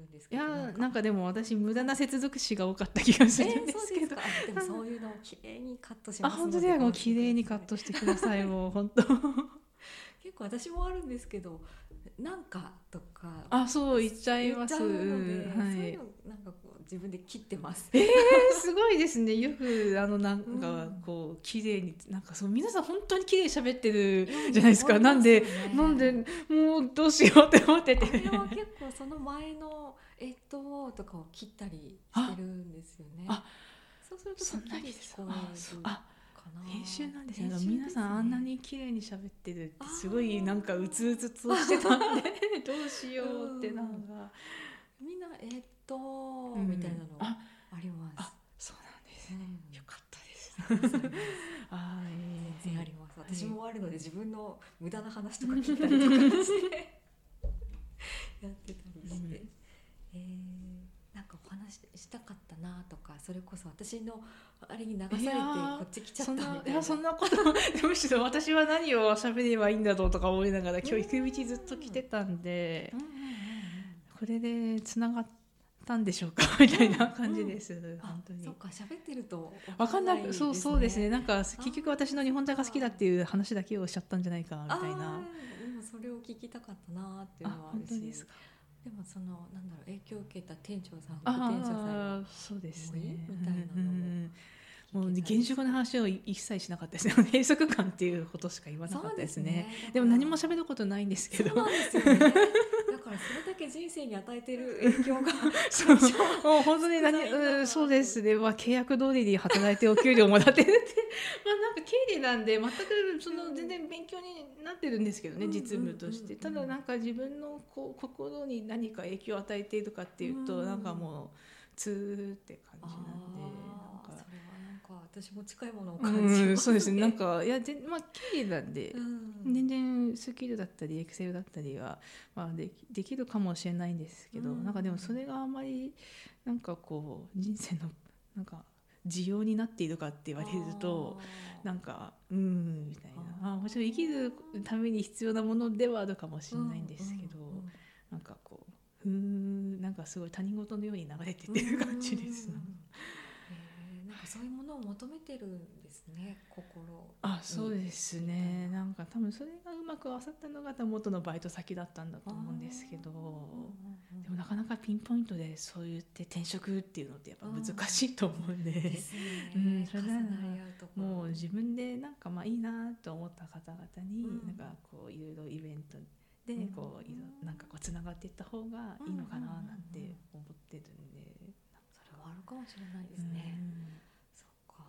んですいけど、 やなんかでも私無駄な接続詞が多かった気がするんですけど、 そうですか。でもそういうのを綺麗にカットしあますので本当ではもうご安心綺麗にください。 カットしてくださいもう本当結構私もあるんですけど、なんかとかあそう言っちゃいます、 言っちゃうので、 はい、 そういうのなんかこう自分で切ってます。 すごいですね。よくなんうかん、 こう綺麗になんかそう皆さん本当に綺麗に喋ってるようにじゃないですか。 思いますよなんでね。 もうどうしようって思ってて。 あれは結構その前のとかを切ったりしてるんですよね。 あそうするとそんなすっきりにですか。 聞こえるかな。 編集なんですね。 編集皆さんあんなですね。 に綺麗に喋ってるってあすごいなんかうつうつーとしてたんでどうしようってなんうんか、 みんなみたいなのああります。 そうなんですね。 うんよかったです。 ありますあります。 あ全然あります。私もあるので、 はい自分の無駄な話とか聞いたりとかしてやってたりして、なんかお話したかったなとか、それこそ私のあれに流されてこっち来ちゃったみたいな。 いやそんなことむしろ私は何を喋ればいいんだろうとか思いながら今日行く道ずっと来てたんで、これでつながったんでしょうかみたいな感じです、本当に。 そっか、喋ってると分かんなく、そうですね。なんか結あ局私の日本茶が好きだっていう話だけをしちゃったんじゃないかみたいな。 でもそれを聞きたかったなっていうのはあるし、 本当ですか。 でもそのなんだろう、影響を受けた店長さん副店長さんのそうですねみたいなのももう現職の話を一切しなかったですね。閉塞感っていうことしか言わなかったですね。でも何も喋ることないんですけど。 そうなんですよね。だからそれだけ人生に与えてる影響がそうもう本当にそうですね、契約通りに働いてお給料もらってるってなんか経理なんで全く全然勉強になってるんですけどね、実務として。ただなんか自分の心に何か影響を与えているかっていうと、なんかもうツーって感じなんで、なんかそれはなんか私も近いものを感じますね。 そうですね。なんかいや経理なんで、全然然スキルだったりエクセルだったりは、できるかもしれないんですけど、なんかでもそれがあまりなんかこう人生のなんか需要になっているかって言われると、なんかみたいな、もちろん生きるために必要なものではあるかもしれないんですけど、なんかこうなんかすごい他人事のように流れてってる感じです。 なんかそういうものを求めてるんですね、心。 そうですね。なんか多分それがうまく合わさったのが元のバイト先だったんだと思うんですけど、でもなかなかピンポイントでそう言って転職っていうのってやっぱ難しいと思うんで、それならもう自分でなんかいいなと思った方々になんかこういろいろイベントでなんかこうつながっていった方がいいのかななんて思ってるんで、 それはあるかもしれないですね。そっか。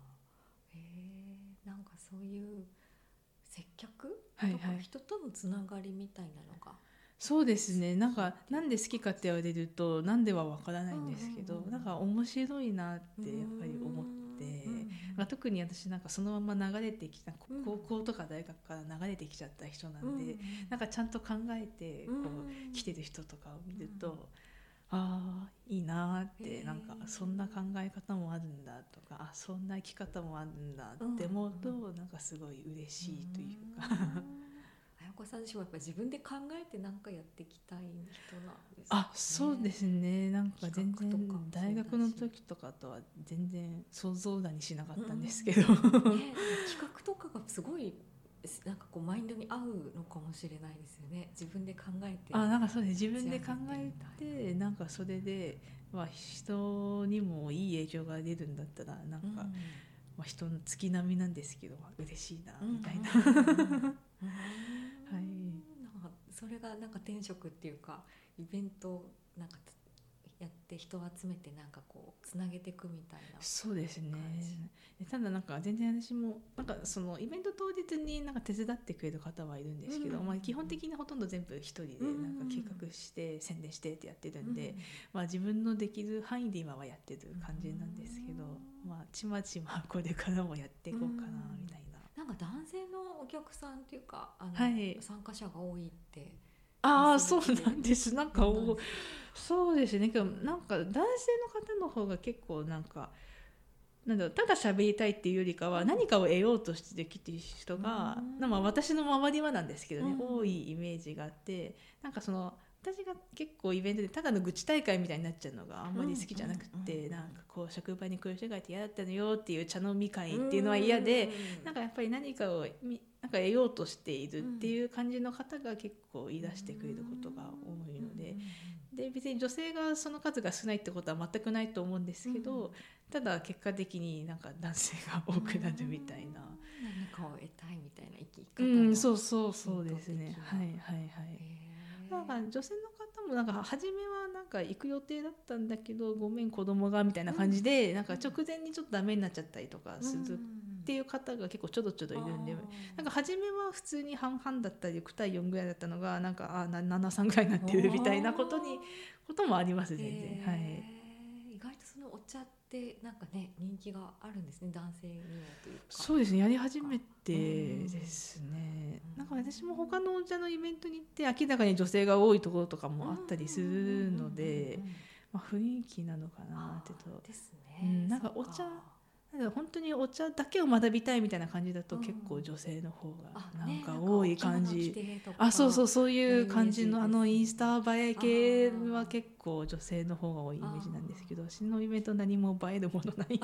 なんかそういう接客とか人とのつながりみたいなのが、 そうですね。なんかなんで好きかって言われるとなんではわからないんですけど、なんか面白いなってやっぱり思って、特に私なんかそのまま流れてきた高校とか大学から流れてきちゃった人なんで、なんかちゃんと考えてこう来てる人とかを見ると、いいなって、なんかそんな考え方もあるんだとか、そんな生き方もあるんだって思うと、なんかすごい嬉しいというか。 綾子さん自身はやっぱり自分で考えて何かやっていきたい人なんですね。 そうですね。なんか全然大学の時とかとは全然想像だにしなかったんですけど、 企画とかがすごいなんかこうマインドに合うのかもしれないですよね。自分で考えてなんかそうです。自分で考えて、なんかそれで、人にもいい影響が出るんだったらなんか、人の月並みなんですけど嬉しいなみたいな。 それがなんか転職っていうかイベントなんかやって人を集めてなんかこうつなげていくみたいな。 そうですね。ただなんか全然私もなんかそのイベント当日になんか手伝ってくれる方はいるんですけど、基本的にほとんど全部一人でなんか計画して宣伝してってやってるんで、自分のできる範囲で今はやってる感じなんですけど、ちまちまこれからもやっていこうかなみたいな。 なんか男性のお客さんっていうか参加者が多いって。 そうなんです。なんかそうですね。なんか男性の方の方が結構なんかただ喋りたいっていうよりかは何かを得ようとしてきてる人が、私の周りはなんですけどね、多いイメージがあって、なんかその私が結構イベントでただの愚痴大会みたいになっちゃうのがあんまり好きじゃなくて、なんかこう職場にこういう人がいて嫌だったのよっていう茶飲み会っていうのは嫌で、なんかやっぱり何かをなんか得ようとしているっていう感じの方が結構言い出してくれることが多いので、で別に女性がその数が少ないってことは全くないと思うんですけど、ただ結果的になんか男性が多くなるみたいな、 何かを得たいみたいな生き方が、 そうですね。はいはいはい。なんか女性の方もなんか初めはなんか行く予定だったんだけどごめん子供がみたいな感じで、なんか直前にちょっとダメになっちゃったりとかするっていう方が結構ちょどちょどいるんで、なんか初めは普通に半々だったり6対4ぐらいだったのがなんか7-3ぐらいになってるみたいなこともあります全然。はい。 意外とそのお茶ってなんかね人気があるんですね、男性にもというか。 そうですね、やり始めてですね、なんか私も他のお茶のイベントに行って明らかに女性が多いところとかもあったりするので、雰囲気なのかなってとですね。 なんかお茶なんか本当にお茶だけを学びたいみたいな感じだと結構女性の方がなんか多い感じ、そういう感じのインスタ映え系は結構女性の方が多いイメージなんですけど、私のイベント何も映えるものないんで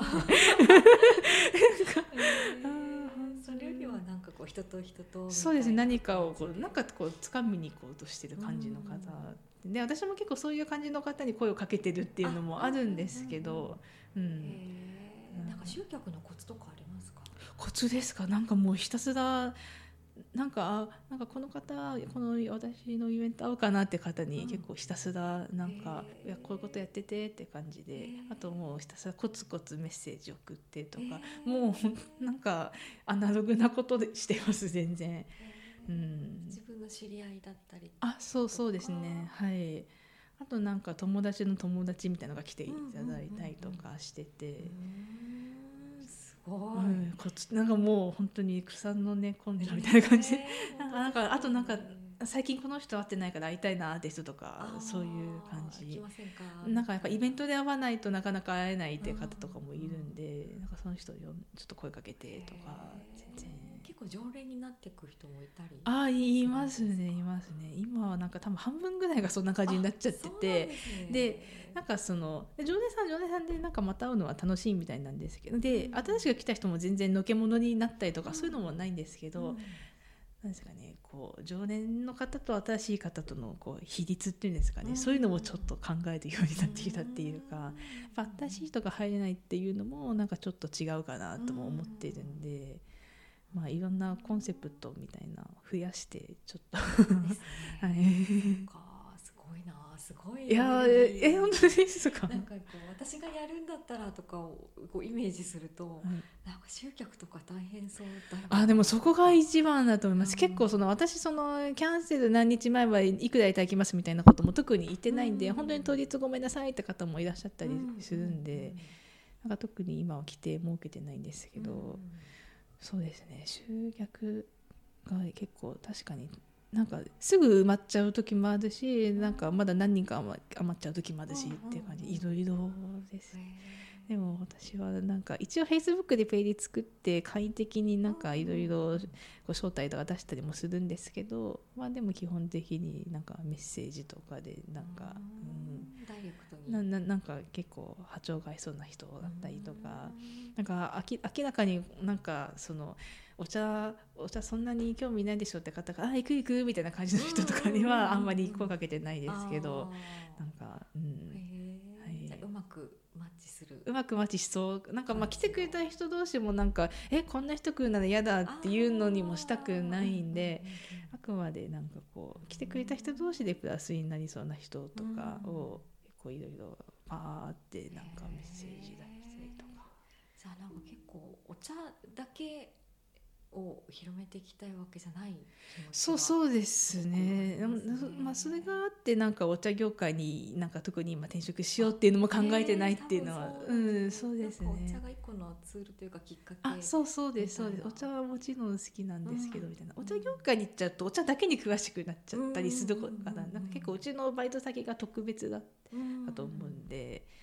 それよりはなんかこう人と人とそうですね、何かをなんかこう掴みに行こうとしてる感じの方で、私も結構そういう感じの方に声をかけてるっていうのもあるんですけど、 なんか集客のコツとかありますか？ コツですか？なんかもうひたすらなんかこの方この私のイベント合うかなって方に結構ひたすらなんか、いやこういうことやっててって感じで、あともうひたすらコツコツメッセージ送ってとか、もうなんかアナログなことでしてます全然。 自分の知り合いだったり。 そうですね、はい。あとなんか友達の友達みたいなのが来ていただいたりとかしてて、 すごい、 なんかもう本当に草の根根性みたいな感じで、なんかあとなんか最近この人会ってないから会いたいなって人とか、そういう感じ。なんかやっぱイベントで会わないとなかなか会えないっていう方とかもいるんで、なんかその人にちょっと声かけてとか、全然結構常連になっていく人もいたり。 いますね。今はなんか多分半分ぐらいがそんな感じになっちゃってて、でなんかその常連さんでなんかまた会うのは楽しいみたいなんですけど、で新しく来た人も全然のけ者になったりとかそういうのもないんですけど、なんですかね、こう常連の方と新しい方とのこう比率っていうんですかね、そういうのもちょっと考えるようになってきたっていうか、新しい人が入れないっていうのもなんかちょっと違うかなとも思ってるんで、いろんなコンセプトみたいな増やしてちょっとはいすごいな、すごい。 いや本当ですか？ なんかこう私がやるんだったらとかをこうイメージすると、なんか集客とか大変そうだな。 でもそこが一番だと思います。結構私キャンセル何日前はいくらいただきますみたいなことも特に言ってないんで、本当に当日ごめんなさいって方もいらっしゃったりするんで、なんか特に今は規定設けてないんですけど、そうですね、集客が結構確かになんかすぐ埋まっちゃう時もあるし、なんかまだ何人か余っちゃう時もあるしっていう感じ、いろいろです。でも私はなんか一応 Facebook でペイリ作って簡易的になんかいろいろ招待とか出したりもするんですけど、でも基本的になんかメッセージとかでなんか、 ダイレクトになんか結構波長が合いそうな人だったりとか、なんか明らかになんかそのお茶そんなに興味ないでしょって方が行くみたいな感じの人とかにはあんまり声かけてないですけど、なんかじゃあうまくマッチする、 うまくマッチしそう。なんか来てくれた人同士もなんかこんな人来るなら嫌だっていうのにもしたくないんで、あくまでなんかこう来てくれた人同士でプラスになりそうな人とかを結構いろいろパーってなんかメッセージ出したりとか。 じゃあなんか結構お茶だけを広めていきたいわけじゃない気持ちが。 そうですね。それがあってなんかお茶業界になんか特に今転職しようっていうのも考えてないっていうのは、そうですね。 お茶が一個のツールというかきっかけ。 そうです。お茶はもちろん好きなんですけどみたいな。お茶業界に行っちゃうとお茶だけに詳しくなっちゃったりするから、なんか結構うちのバイト先が特別だと思うんで。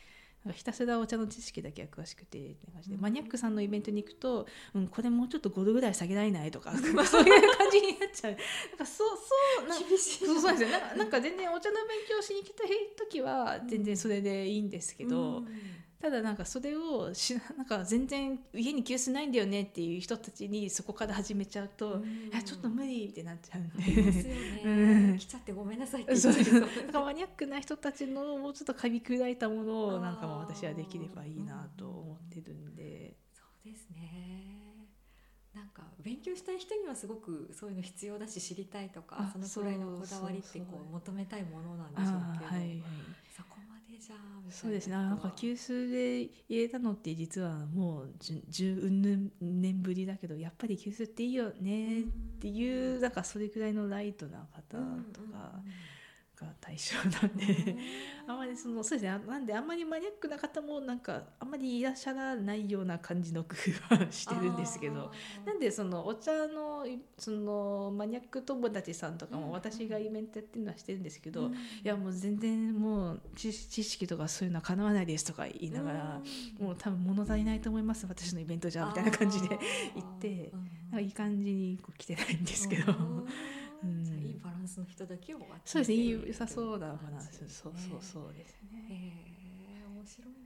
なんかひたすらお茶の知識だけは詳しくてって感じで、マニアックさんのイベントに行くと、これもうちょっと5度ぐらい下げられないとかそういう感じになっちゃう。なんかそう厳しい。 そうなんですよ。なんか全然お茶の勉強しに来た時は全然それでいいんですけど、ただなんかそれをなんか全然家に急須ないんだよねっていう人たちにそこから始めちゃうと、いやちょっと無理ってなっちゃうんで、 ですよね、来ちゃってごめんなさいって言っちゃう。 なんかマニアックな人たちのもうちょっと噛み砕いたものをなんかもう私はできればいいなと思ってるんで。 そうですね。なんか勉強したい人にはすごくそういうの必要だし知りたいとか、そのくらいのこだわりってこう求めたいものなんでしょうけど、 はいはい、 そこまでじゃあみたいな。 そうですね。なんか急須で入れたのって実はもう10年ぶりだけど、やっぱり急須っていいよねっていう、なんかそれくらいのライトな方とかが対象なんで、あんまりそうですね。なんであんまりマニアックな方もなんかあんまりいらっしゃらないような感じの工夫はしてるんですけど、なんでそのお茶のそのマニアック友達さんとかも私がイベントやってるのはしてるんですけど、いやもう全然もう知識とかそういうのはかなわないですとか言いながら、もう多分物足りないと思います私のイベントじゃみたいな感じで言って、なんかいい感じにこう来てないんですけど。 じゃあいいバランスの人だけをそうですね、良さそうなバランス、そうですね。 面白い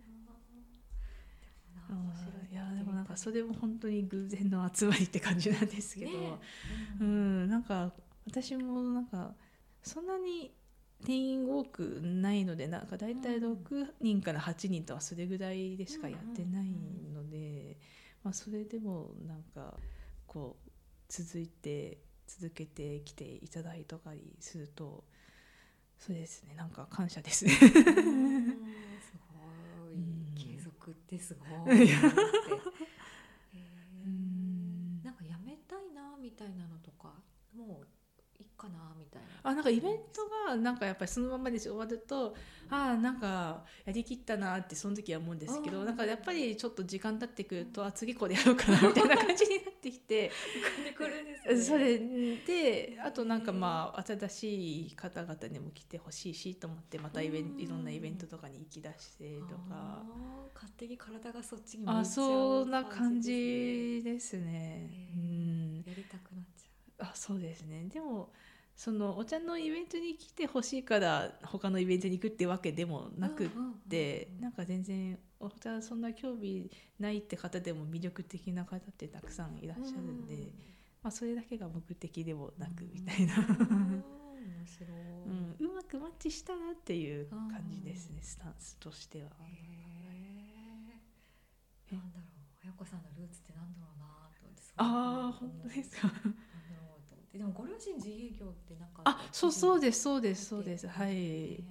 な。いやでもなんかそれも本当に偶然の集まりって感じなんですけど、なんか私もなんかそんなに定員多くないので、なんかだいたい6人から8人とはそれぐらいでしかやってないので、それでもなんかこう続けてきていただいたりすると、そうですね、なんか感謝ですね。 すごい、継続ってすごいなんかやめたいなみたいなのとかもういいかなみたいな。 なんかイベントがなんかやっぱりそのままで終わると、なんかやりきったなってその時は思うんですけど、なんかやっぱりちょっと時間経ってくると、次これやろうかなみたいな感じになってきて浮かんでくるんですね。 それであとなんか新しい方々にも来てほしいしと思って、またいろんなイベントとかに行き出してとか、 勝手に体がそっちに向いちゃうそんな感じですね。 やりたくなっちゃう。 そうですね。でもそのお茶のイベントに来てほしいから他のイベントに行くってわけでもなくって、なんか全然お茶そんな興味ないって方でも魅力的な方ってたくさんいらっしゃるんで、それだけが目的でもなくみたいな、 面白い、 うまくマッチしたなっていう感じですね、スタンスとしては。 なんだろう、綾子さんのルーツってなんだろうなと思って。 本当ですか。 でもご両親自営業ってなんかそうですはい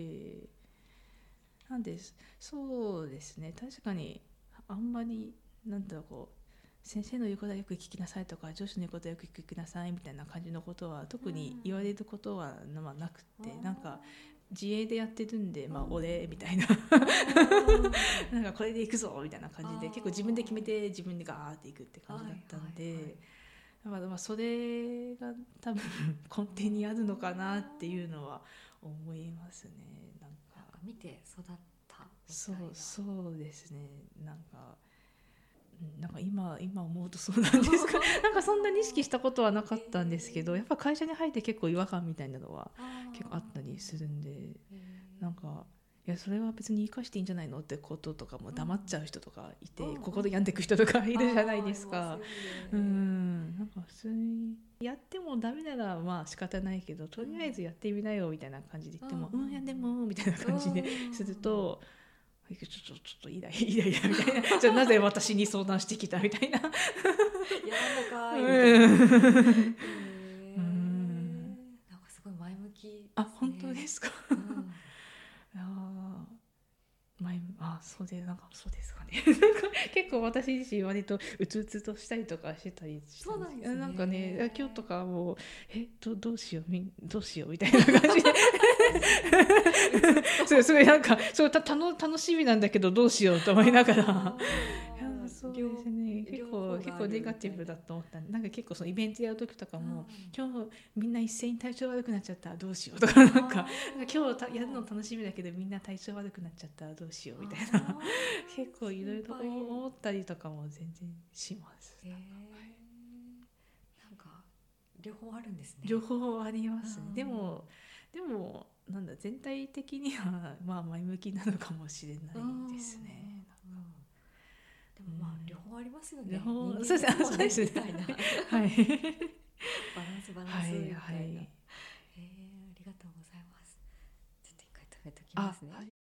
なんですそうですね、確かにあんまりなんだろう、こう先生の言うことはよく聞きなさいとか上司の言うことはよく聞きなさいみたいな感じのことは特に言われることはなくて、なんか自営でやってるんで、俺みたいななんかこれでいくぞみたいな感じで結構自分で決めて自分でガーっていくって感じだったんで、それが多分根底にあるのかなっていうのは思いますね。なんか見て育ったみたいな。 そうですね。なんか今思うとそうなんですかなんかそんなに意識したことはなかったんですけど、やっぱ会社に入って結構違和感みたいなのは結構あったりするんで、なんかいやそれは別に生かしていいんじゃないのってこととかも黙っちゃう人とかいて、心病んでいく人とかいるじゃないですか。なんか普通にやってもダメなら仕方ないけど、とりあえずやってみなよみたいな感じで言っても、いやでもみたいな感じですると、ちょっといいだみたいなじゃあなぜ私に相談してきたみたいなやらんのかいみたいな。なんかすごい前向きですね。 本当ですか。そうですかね結構私自身割とうつうつとしたりとかしてたりしたんですけど、なんかね今日とかもうどうしようみたいな感じですごいなんか楽しみなんだけどどうしようと思いながらそうですね。結構ネガティブだと思ったんで、なんか結構そのイベントやる時とかも、今日みんな一斉に体調悪くなっちゃったらどうしようとか、なんか今日やるの楽しみだけどみんな体調悪くなっちゃったらどうしようみたいな結構いろいろ思ったりとかも全然します。 なんか両方あるんですね。 両方ありますね。でもなんだ、全体的にはまあ前向きなのかもしれないですね。 でもまあ両方ありますよね。 両方そうですね。みたいなはい。 バランスみたいな。ありがとうございます。ちょっと一回止めときますね。